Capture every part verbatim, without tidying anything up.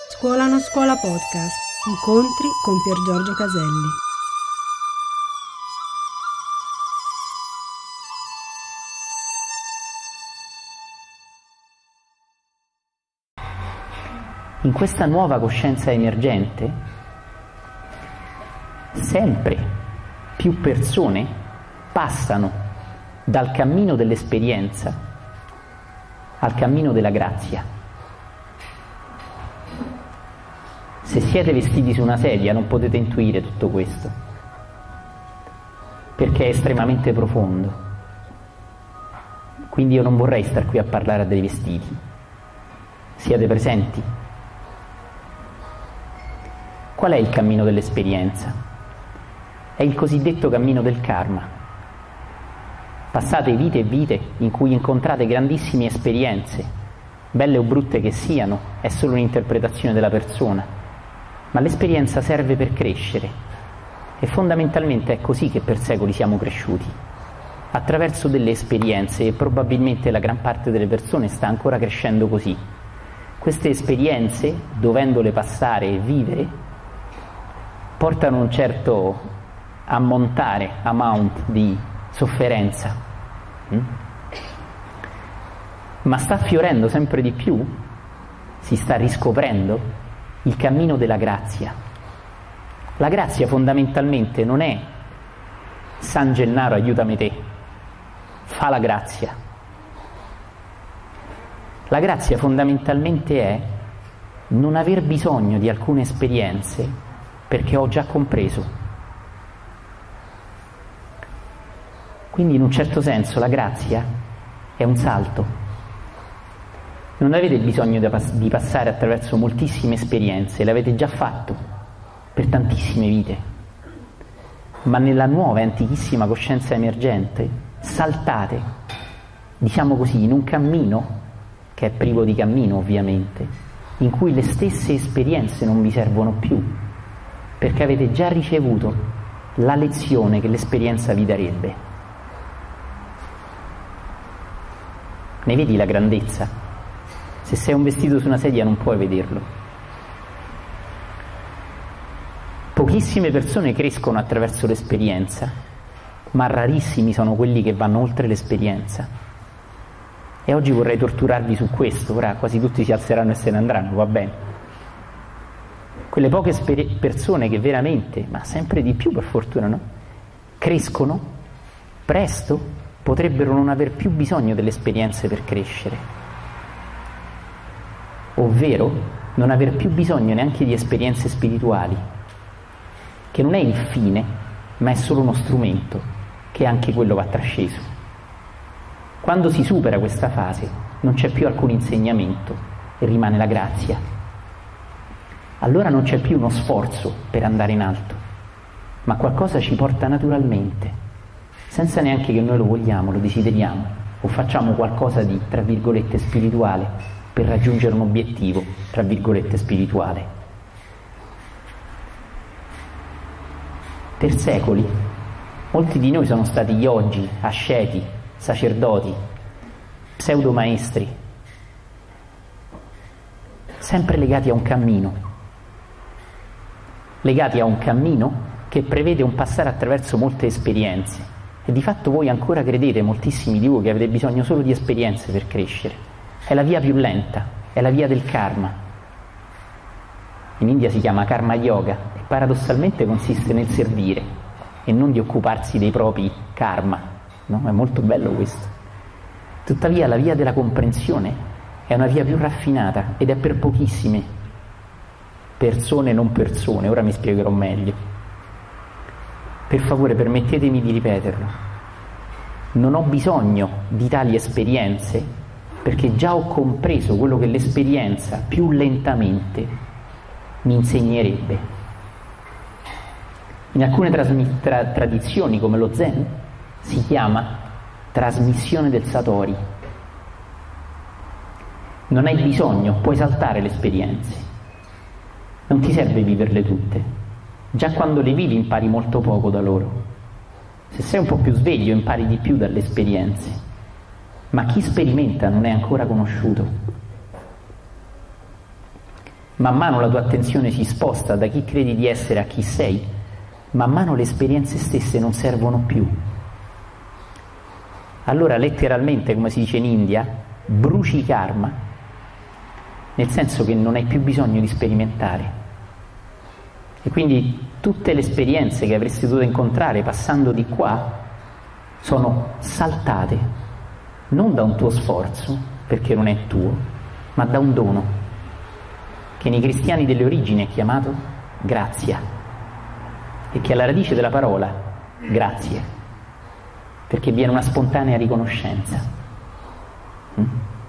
Scuola non scuola podcast. Incontri con Pier Giorgio Caselli. In questa nuova coscienza emergente, sempre più persone passano dal cammino dell'esperienza al cammino della grazia. Se siete vestiti su una sedia non potete intuire tutto questo, perché è estremamente profondo. Quindi io non vorrei star qui a parlare dei vestiti. Siete presenti? Qual è il cammino dell'esperienza? È il cosiddetto cammino del karma. Passate vite e vite in cui incontrate grandissime esperienze, belle o brutte che siano, è solo un'interpretazione della persona, ma l'esperienza serve per crescere e fondamentalmente è così che per secoli siamo cresciuti, attraverso delle esperienze, e probabilmente la gran parte delle persone sta ancora crescendo così. Queste esperienze, dovendole passare e vivere, portano un certo ammontare, amount di sofferenza, mm? ma sta fiorendo sempre di più, si sta riscoprendo il cammino della grazia. La grazia fondamentalmente non è San Gennaro aiutami te, fa la grazia. La grazia fondamentalmente è non aver bisogno di alcune esperienze perché ho già compreso. Quindi in un certo senso la grazia è un salto. Non avete bisogno di passare attraverso moltissime esperienze, l'avete già fatto per tantissime vite. Ma nella nuova e antichissima coscienza emergente saltate, diciamo così, in un cammino che è privo di cammino ovviamente, in cui le stesse esperienze non vi servono più, perché avete già ricevuto la lezione che l'esperienza vi darebbe. Ne vedi la grandezza? Se sei un vestito su una sedia non puoi vederlo. Pochissime persone crescono attraverso l'esperienza, ma rarissimi sono quelli che vanno oltre l'esperienza. E oggi vorrei torturarvi su questo. Ora quasi tutti si alzeranno e se ne andranno, va bene. Quelle poche sper- persone che veramente, ma sempre di più per fortuna, no? crescono presto, potrebbero non aver più bisogno delle esperienze per crescere. Ovvero non aver più bisogno neanche di esperienze spirituali, che non è il fine, ma è solo uno strumento, che anche quello va trasceso. Quando si supera questa fase non c'è più alcun insegnamento e rimane la grazia. Allora non c'è più uno sforzo per andare in alto, ma qualcosa ci porta naturalmente, senza neanche che noi lo vogliamo, lo desideriamo, o facciamo qualcosa di, tra virgolette, spirituale, per raggiungere un obiettivo, tra virgolette, spirituale. Per secoli, molti di noi sono stati yogi, asceti, sacerdoti, pseudomaestri, sempre legati a un cammino, legati a un cammino che prevede un passare attraverso molte esperienze. E di fatto voi ancora credete, moltissimi di voi, che avete bisogno solo di esperienze per crescere. È la via più lenta, è la via del karma. In India si chiama karma yoga e paradossalmente consiste nel servire e non di occuparsi dei propri karma, no? È molto bello questo. Tuttavia la via della comprensione è una via più raffinata ed è per pochissime persone, non persone. Ora mi spiegherò meglio. Per favore permettetemi di ripeterlo. Non ho bisogno di tali esperienze perché già ho compreso quello che l'esperienza più lentamente mi insegnerebbe. In alcune trasmi- tra- tradizioni come lo Zen si chiama trasmissione del Satori. Non hai bisogno, puoi saltare le esperienze, non ti serve viverle tutte, già quando le vivi impari molto poco da loro. Se sei un po' più sveglio impari di più dalle esperienze. Ma chi sperimenta non è ancora conosciuto. man mano la tua attenzione si sposta da chi credi di essere a chi sei, man mano le esperienze stesse non servono più. Allora letteralmente, come si dice in India, bruci karma, nel senso che non hai più bisogno di sperimentare. E quindi tutte le esperienze che avresti dovuto incontrare passando di qua sono saltate, non da un tuo sforzo, perché non è tuo, ma da un dono, che nei cristiani delle origini è chiamato grazia, e che è alla radice della parola grazie, perché viene una spontanea riconoscenza. Mm?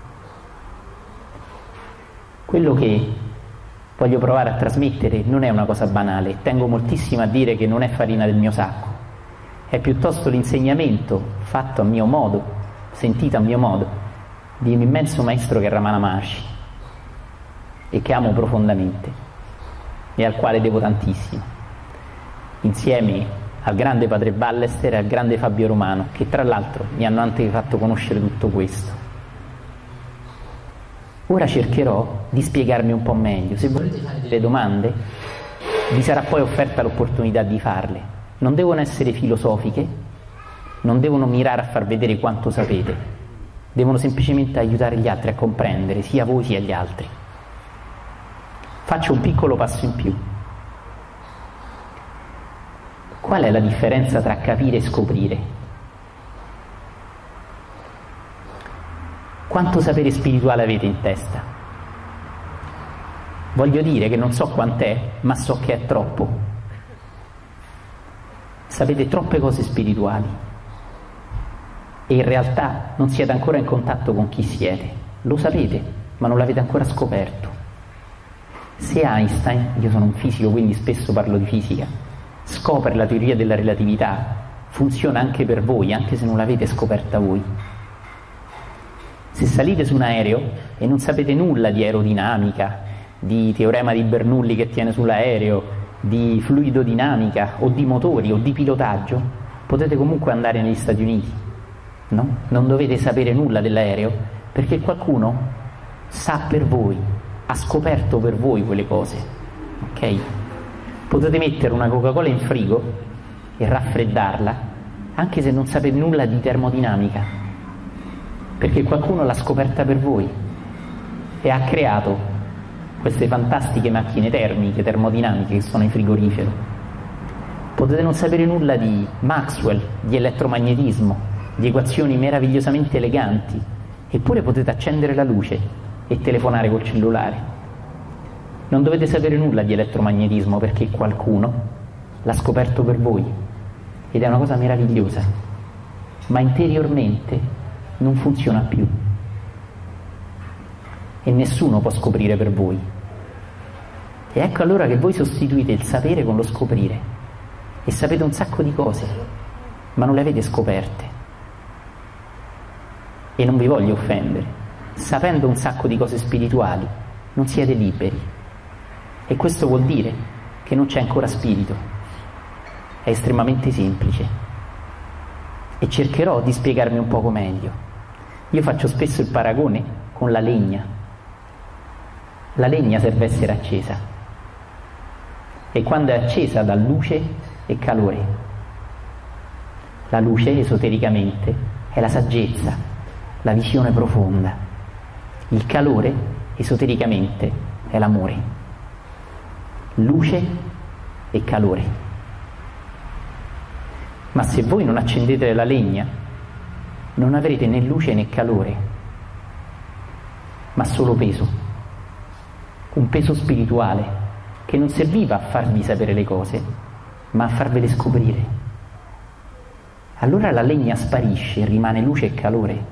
Quello che voglio provare a trasmettere non è una cosa banale, tengo moltissimo a dire che non è farina del mio sacco, è piuttosto l'insegnamento fatto a mio modo, sentito a mio modo, di un immenso maestro che è Ramana Maharshi, e che amo profondamente e al quale devo tantissimo, insieme al grande padre Ballester e al grande Fabio Romano, che tra l'altro mi hanno anche fatto conoscere tutto questo. Ora cercherò di spiegarmi un po' meglio. Se volete fare delle domande, vi sarà poi offerta l'opportunità di farle. Non devono essere filosofiche, non devono mirare a far vedere quanto sapete, devono semplicemente aiutare gli altri a comprendere, sia voi sia gli altri. Faccio un piccolo passo in più. Qual è la differenza tra capire e scoprire? Quanto sapere spirituale avete in testa? Voglio dire che non so quant'è, ma so che è troppo. Sapete troppe cose spirituali e in realtà non siete ancora in contatto con chi siete. Lo sapete, ma non l'avete ancora scoperto. Se Einstein, io sono un fisico quindi spesso parlo di fisica, scopre la teoria della relatività, funziona anche per voi, anche se non l'avete scoperta voi. Se salite su un aereo e non sapete nulla di aerodinamica, di teorema di Bernoulli che tiene sull'aereo, di fluidodinamica o di motori o di pilotaggio, potete comunque andare negli Stati Uniti, no? Non dovete sapere nulla dell'aereo perché qualcuno sa per voi, ha scoperto per voi quelle cose, ok? Potete mettere una Coca-Cola in frigo e raffreddarla anche se non sapete nulla di termodinamica, perché qualcuno l'ha scoperta per voi e ha creato queste fantastiche macchine termiche, termodinamiche che sono in frigorifero. Potete non sapere nulla di Maxwell, di elettromagnetismo, di equazioni meravigliosamente eleganti, eppure potete accendere la luce e telefonare col cellulare. Non dovete sapere nulla di elettromagnetismo perché qualcuno l'ha scoperto per voi ed è una cosa meravigliosa, ma interiormente non funziona più e nessuno può scoprire per voi. E ecco allora che voi sostituite il sapere con lo scoprire e sapete un sacco di cose ma non le avete scoperte. E non vi voglio offendere, sapendo un sacco di cose spirituali non siete liberi, e questo vuol dire che non c'è ancora spirito. È estremamente semplice e cercherò di spiegarmi un poco meglio. Io faccio spesso il paragone con la legna. La legna serve a essere accesa e quando è accesa dà luce e calore. La luce esotericamente è la saggezza, la visione profonda. Il calore esotericamente è l'amore. Luce e calore. Ma se voi non accendete la legna non avrete né luce né calore, ma solo peso, un peso spirituale che non serviva a farvi sapere le cose, ma a farvele scoprire. Allora la legna sparisce e rimane luce e calore.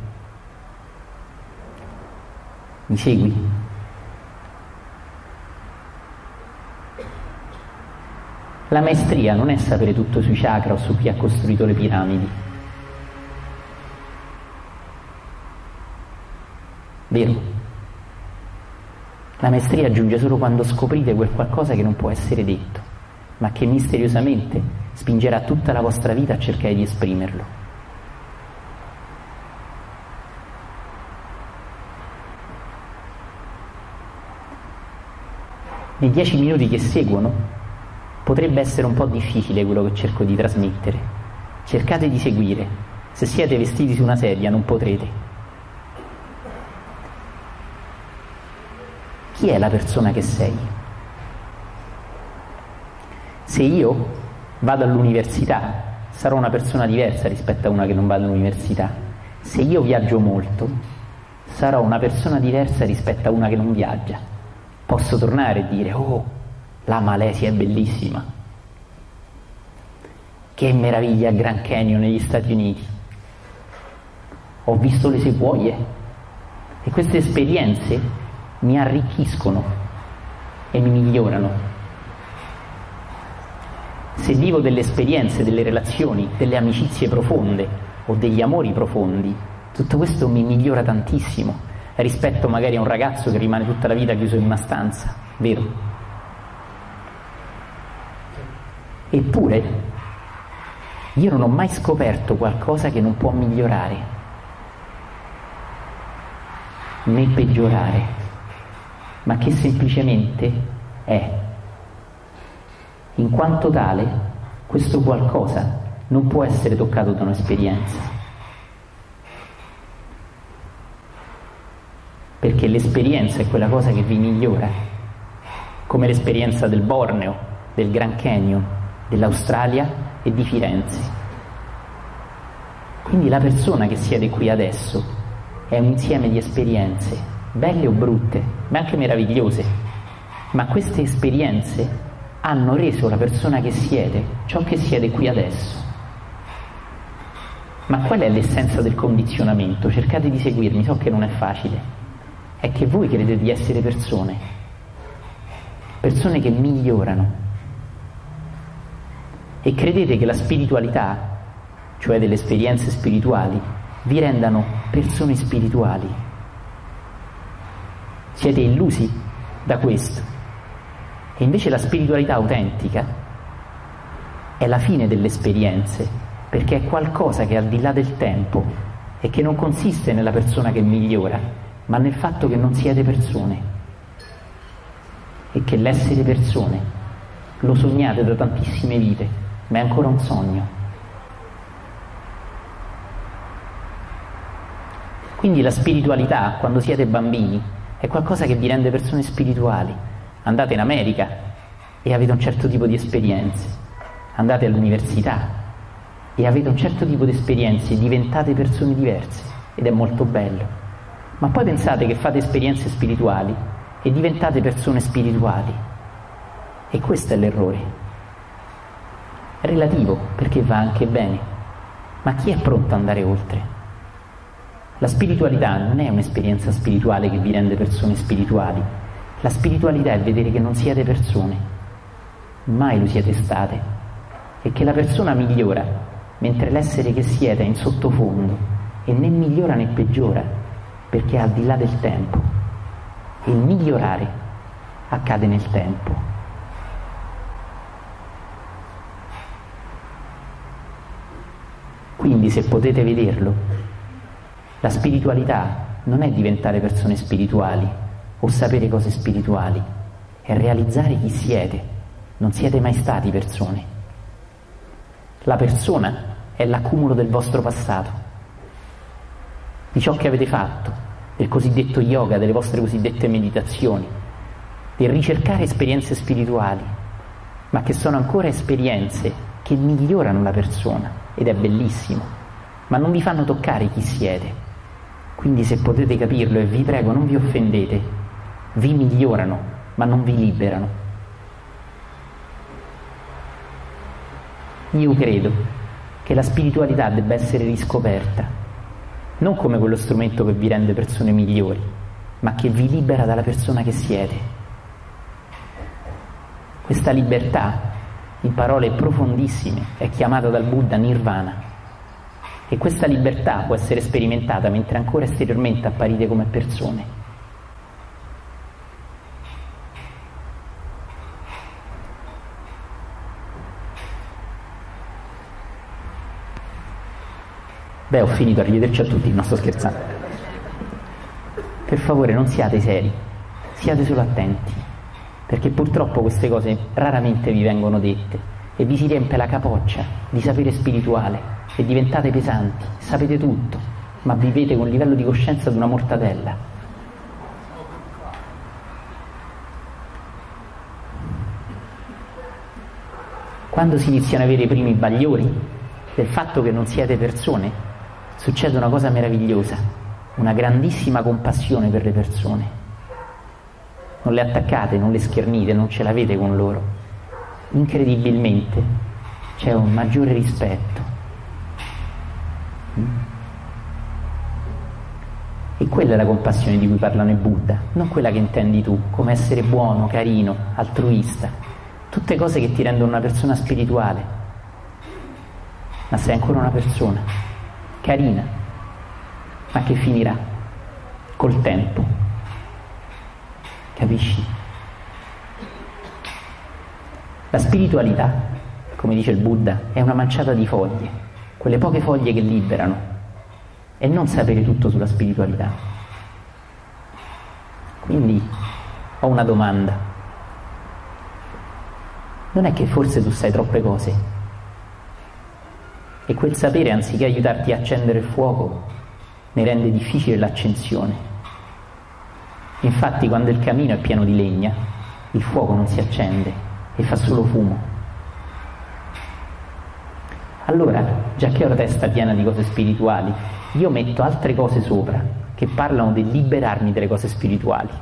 Mi segui? La maestria non è sapere tutto sui chakra o su chi ha costruito le piramidi. Vero? La maestria giunge solo quando scoprite quel qualcosa che non può essere detto, ma che misteriosamente spingerà tutta la vostra vita a cercare di esprimerlo. nei dieci minuti che seguono potrebbe essere un po' difficile quello che cerco di trasmettere. Cercate di seguire. Se siete vestiti su una sedia non potrete. Chi è la persona che sei? Se io vado all'università sarò una persona diversa rispetto a una che non va all'università. Se io viaggio molto sarò una persona diversa rispetto a una che non viaggia. Posso tornare e dire: oh, la Malesia è bellissima, che meraviglia il Grand Canyon negli Stati Uniti, ho visto le sequoie. E queste esperienze mi arricchiscono e mi migliorano. Se vivo delle esperienze, delle relazioni, delle amicizie profonde o degli amori profondi, tutto questo mi migliora tantissimo rispetto magari a un ragazzo che rimane tutta la vita chiuso in una stanza, vero? Eppure io non ho mai scoperto qualcosa che non può migliorare né peggiorare, ma che semplicemente è. In quanto tale, questo qualcosa non può essere toccato da un'esperienza, perché l'esperienza è quella cosa che vi migliora, come l'esperienza del Borneo, del Grand Canyon, dell'Australia e di Firenze. Quindi la persona che siede qui adesso è un insieme di esperienze, belle o brutte, ma anche meravigliose, ma queste esperienze hanno reso la persona che siede ciò che siede qui adesso. Ma qual è l'essenza del condizionamento? Cercate di seguirmi, so che non è facile. È che voi credete di essere persone, persone che migliorano, e credete che la spiritualità, cioè delle esperienze spirituali, vi rendano persone spirituali. Siete illusi da questo. E invece la spiritualità autentica è la fine delle esperienze, perché è qualcosa che è al di là del tempo e che non consiste nella persona che migliora, ma nel fatto che non siete persone e che l'essere persone lo sognate da tantissime vite, ma è ancora un sogno. Quindi la spiritualità, quando siete bambini, è qualcosa che vi rende persone spirituali. Andate in America e avete un certo tipo di esperienze, andate all'università e avete un certo tipo di esperienze e diventate persone diverse, ed è molto bello. Ma poi pensate che fate esperienze spirituali e diventate persone spirituali, e questo è l'errore. È relativo, perché va anche bene, ma chi è pronto ad andare oltre? La spiritualità non è un'esperienza spirituale che vi rende persone spirituali. La spiritualità è vedere che non siete persone, mai lo siete state, e che la persona migliora, mentre l'essere che siete è in sottofondo, e né migliora né peggiora, perché è al di là del tempo. E il migliorare accade nel tempo. Quindi, se potete vederlo, la spiritualità non è diventare persone spirituali o sapere cose spirituali, è realizzare chi siete. Non siete mai stati persone. La persona è l'accumulo del vostro passato, di ciò che avete fatto, del cosiddetto yoga, delle vostre cosiddette meditazioni, del ricercare esperienze spirituali, ma che sono ancora esperienze che migliorano la persona, ed è bellissimo, ma non vi fanno toccare chi siete. Quindi, se potete capirlo, e vi prego non vi offendete, vi migliorano, ma non vi liberano. Io credo che la spiritualità debba essere riscoperta, non come quello strumento che vi rende persone migliori, ma che vi libera dalla persona che siete. Questa libertà, in parole profondissime, è chiamata dal Buddha Nirvana, e questa libertà può essere sperimentata mentre ancora esteriormente apparite come persone. Beh, ho finito, arrivederci a tutti, non sto scherzando. Per favore non siate seri, siate solo attenti. perché purtroppo queste cose raramente vi vengono dette e vi si riempie la capoccia di sapere spirituale e diventate pesanti, sapete tutto, ma vivete con un livello di coscienza di una mortadella. Quando si iniziano ad avere i primi bagliori del fatto che non siete persone, succede una cosa meravigliosa, una grandissima compassione per le persone. Non le attaccate, non le schernite, non ce l'avete con loro. Incredibilmente c'è un maggiore rispetto. E quella è la compassione di cui parlano i Buddha, non quella che intendi tu, come essere buono, carino, altruista. Tutte cose che ti rendono una persona spirituale, ma sei ancora una persona, carina, ma che finirà col tempo, capisci? La spiritualità, come dice il Buddha, è una manciata di foglie, quelle poche foglie che liberano, e non sapere tutto sulla spiritualità. Quindi ho una domanda. Non è che forse tu sai troppe cose e quel sapere, anziché aiutarti a accendere il fuoco, ne rende difficile l'accensione. Infatti quando il camino è pieno di legna, il fuoco non si accende e fa solo fumo. Allora, già che ho la testa piena di cose spirituali, io metto altre cose sopra che parlano del liberarmi delle cose spirituali.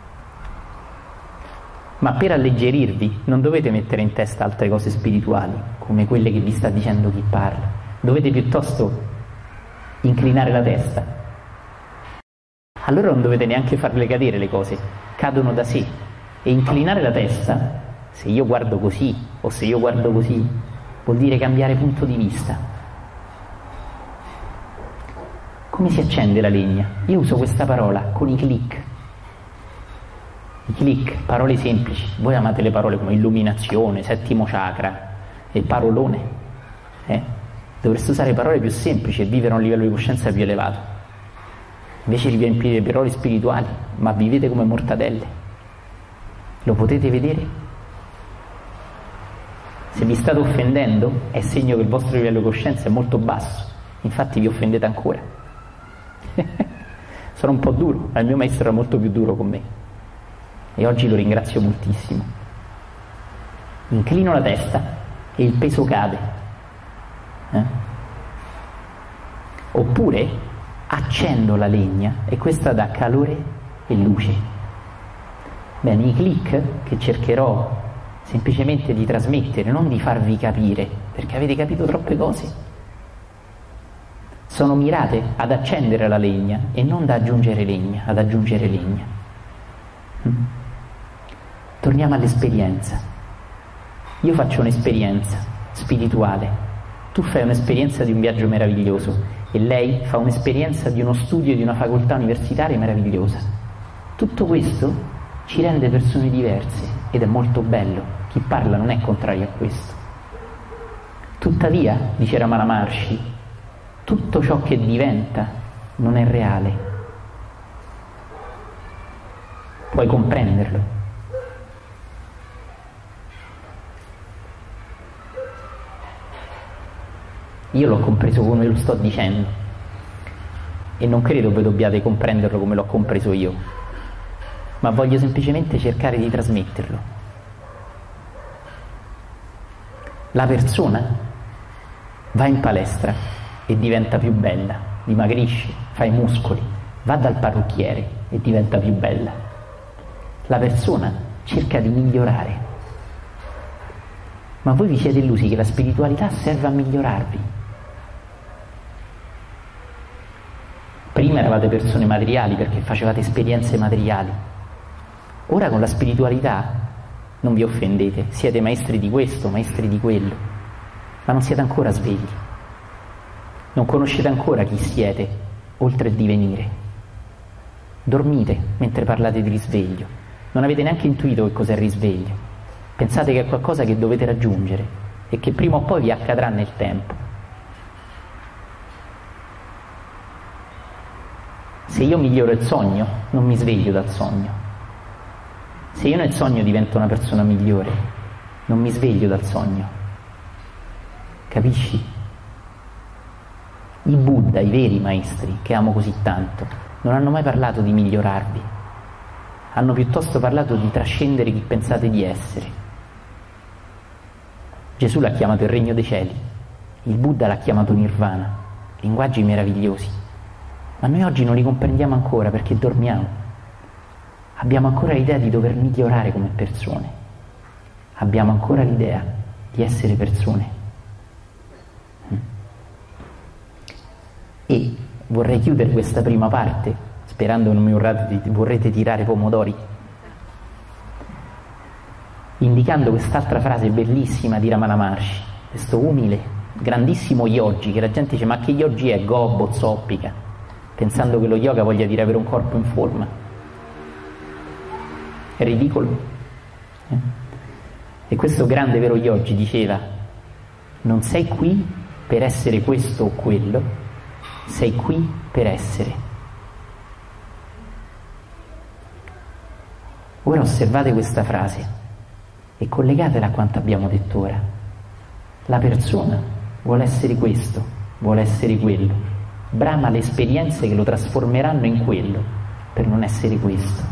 Ma per alleggerirvi non dovete mettere in testa altre cose spirituali, come quelle che vi sta dicendo chi parla. Dovete piuttosto inclinare la testa. Allora non dovete neanche farle cadere le cose, cadono da sé. E inclinare la testa, se io guardo così o se io guardo così, vuol dire cambiare punto di vista. Come si accende la legna? Io uso questa parola con i click. I click, parole semplici. Voi amate le parole come illuminazione, settimo chakra e parolone. Eh? Dovreste usare parole più semplici e vivere a un livello di coscienza più elevato. Invece di riempire parole spirituali, ma vivete come mortadelle. Lo potete vedere? Se vi state offendendo è segno che il vostro livello di coscienza è molto basso, infatti vi offendete ancora. Sono un po' duro, ma il mio maestro era molto più duro con me. E oggi lo ringrazio moltissimo. Inclino la testa e il peso cade. Eh? Oppure accendo la legna e questa dà calore e luce. Bene, i click che cercherò semplicemente di trasmettere, non di farvi capire, perché avete capito troppe cose, sono mirate ad accendere la legna e non da aggiungere legna, ad aggiungere legna. Mm. Torniamo all'esperienza. Io faccio un'esperienza spirituale, tu fai un'esperienza di un viaggio meraviglioso e lei fa un'esperienza di uno studio di una facoltà universitaria meravigliosa. Tutto questo ci rende persone diverse ed è molto bello. Chi parla non è contrario a questo. Tuttavia, dice Ramana Maharshi, tutto ciò che diventa non è reale. Puoi comprenderlo. Io l'ho compreso come lo sto dicendo e non credo voi dobbiate comprenderlo come l'ho compreso io, ma voglio semplicemente cercare di trasmetterlo. La persona va in palestra e diventa più bella, dimagrisce, fa i muscoli, va dal parrucchiere e diventa più bella. La persona cerca di migliorare, ma voi vi siete illusi che la spiritualità serve a migliorarvi. Prima eravate persone materiali perché facevate esperienze materiali. Ora con la spiritualità non vi offendete, siete maestri di questo, maestri di quello, ma non siete ancora svegli. Non conoscete ancora chi siete, oltre il divenire. Dormite mentre parlate di risveglio. Non avete neanche intuito che cos'è il risveglio. Pensate che è qualcosa che dovete raggiungere e che prima o poi vi accadrà nel tempo. Se io miglioro il sogno, non mi sveglio dal sogno. Se io nel sogno divento una persona migliore, non mi sveglio dal sogno. Capisci? I Buddha, i veri maestri, che amo così tanto, non hanno mai parlato di migliorarvi. Hanno piuttosto parlato di trascendere chi pensate di essere. Gesù l'ha chiamato il regno dei cieli, il Buddha l'ha chiamato nirvana, linguaggi meravigliosi. Ma noi oggi non li comprendiamo ancora perché dormiamo. Abbiamo ancora l'idea di dover migliorare come persone. Abbiamo ancora l'idea di essere persone. E vorrei chiudere questa prima parte, sperando che non mi vorrete, vorrete tirare pomodori, indicando quest'altra frase bellissima di Ramana Maharshi, questo umile, grandissimo yogi, che la gente dice: ma che yogi è? Gobbo, zoppica, pensando che lo yoga voglia dire avere un corpo in forma. È ridicolo. Eh? E questo grande vero yogi diceva: non sei qui per essere questo o quello, sei qui per essere. Ora osservate questa frase e collegatela a quanto abbiamo detto ora. La persona vuole essere questo, vuole essere quello, brama le esperienze che lo trasformeranno in quello per non essere questo.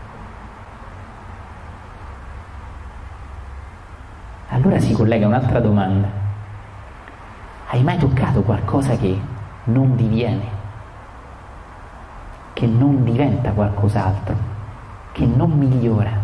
Allora si collega un'altra domanda: hai mai toccato qualcosa che non diviene, che non diventa qualcos'altro, che non migliora?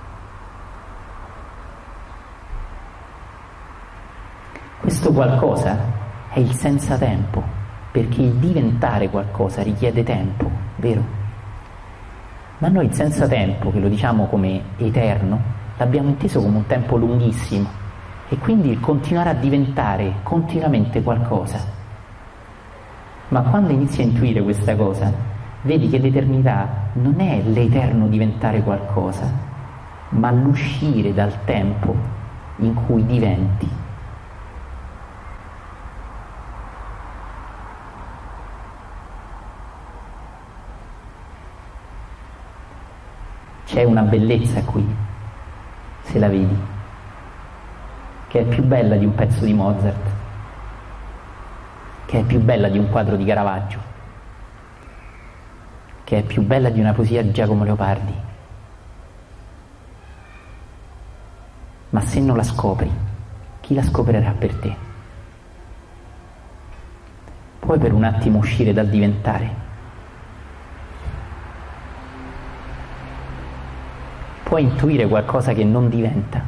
Questo qualcosa è il senza tempo, perché il diventare qualcosa richiede tempo, vero? Ma noi il senza tempo, che lo diciamo come eterno, l'abbiamo inteso come un tempo lunghissimo, e quindi il continuare a diventare continuamente qualcosa. Ma quando inizi a intuire questa cosa, vedi che l'eternità non è l'eterno diventare qualcosa, ma l'uscire dal tempo in cui diventi. C'è una bellezza qui, se la vedi, che è più bella di un pezzo di Mozart, che è più bella di un quadro di Caravaggio, che è più bella di una poesia di Giacomo Leopardi. Ma se non la scopri, chi la scoprirà per te? Puoi per un attimo uscire dal diventare? Puoi intuire qualcosa che non diventa?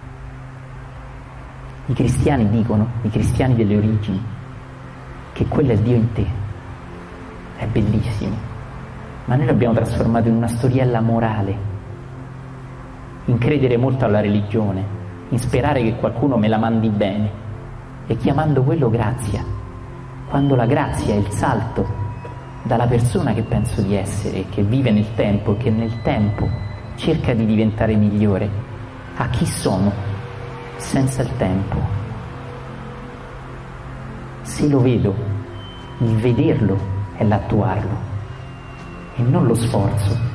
I cristiani dicono, i cristiani delle origini, che quello è Dio in te. È bellissimo, ma noi l'abbiamo trasformato in una storiella morale, in credere molto alla religione, in sperare che qualcuno me la mandi bene, e chiamando quello grazia, quando la grazia è il salto dalla persona che penso di essere, che vive nel tempo e che nel tempo cerca di diventare migliore, a chi sono senza il tempo. Se lo vedo, il vederlo è l'attuarlo e non lo sforzo.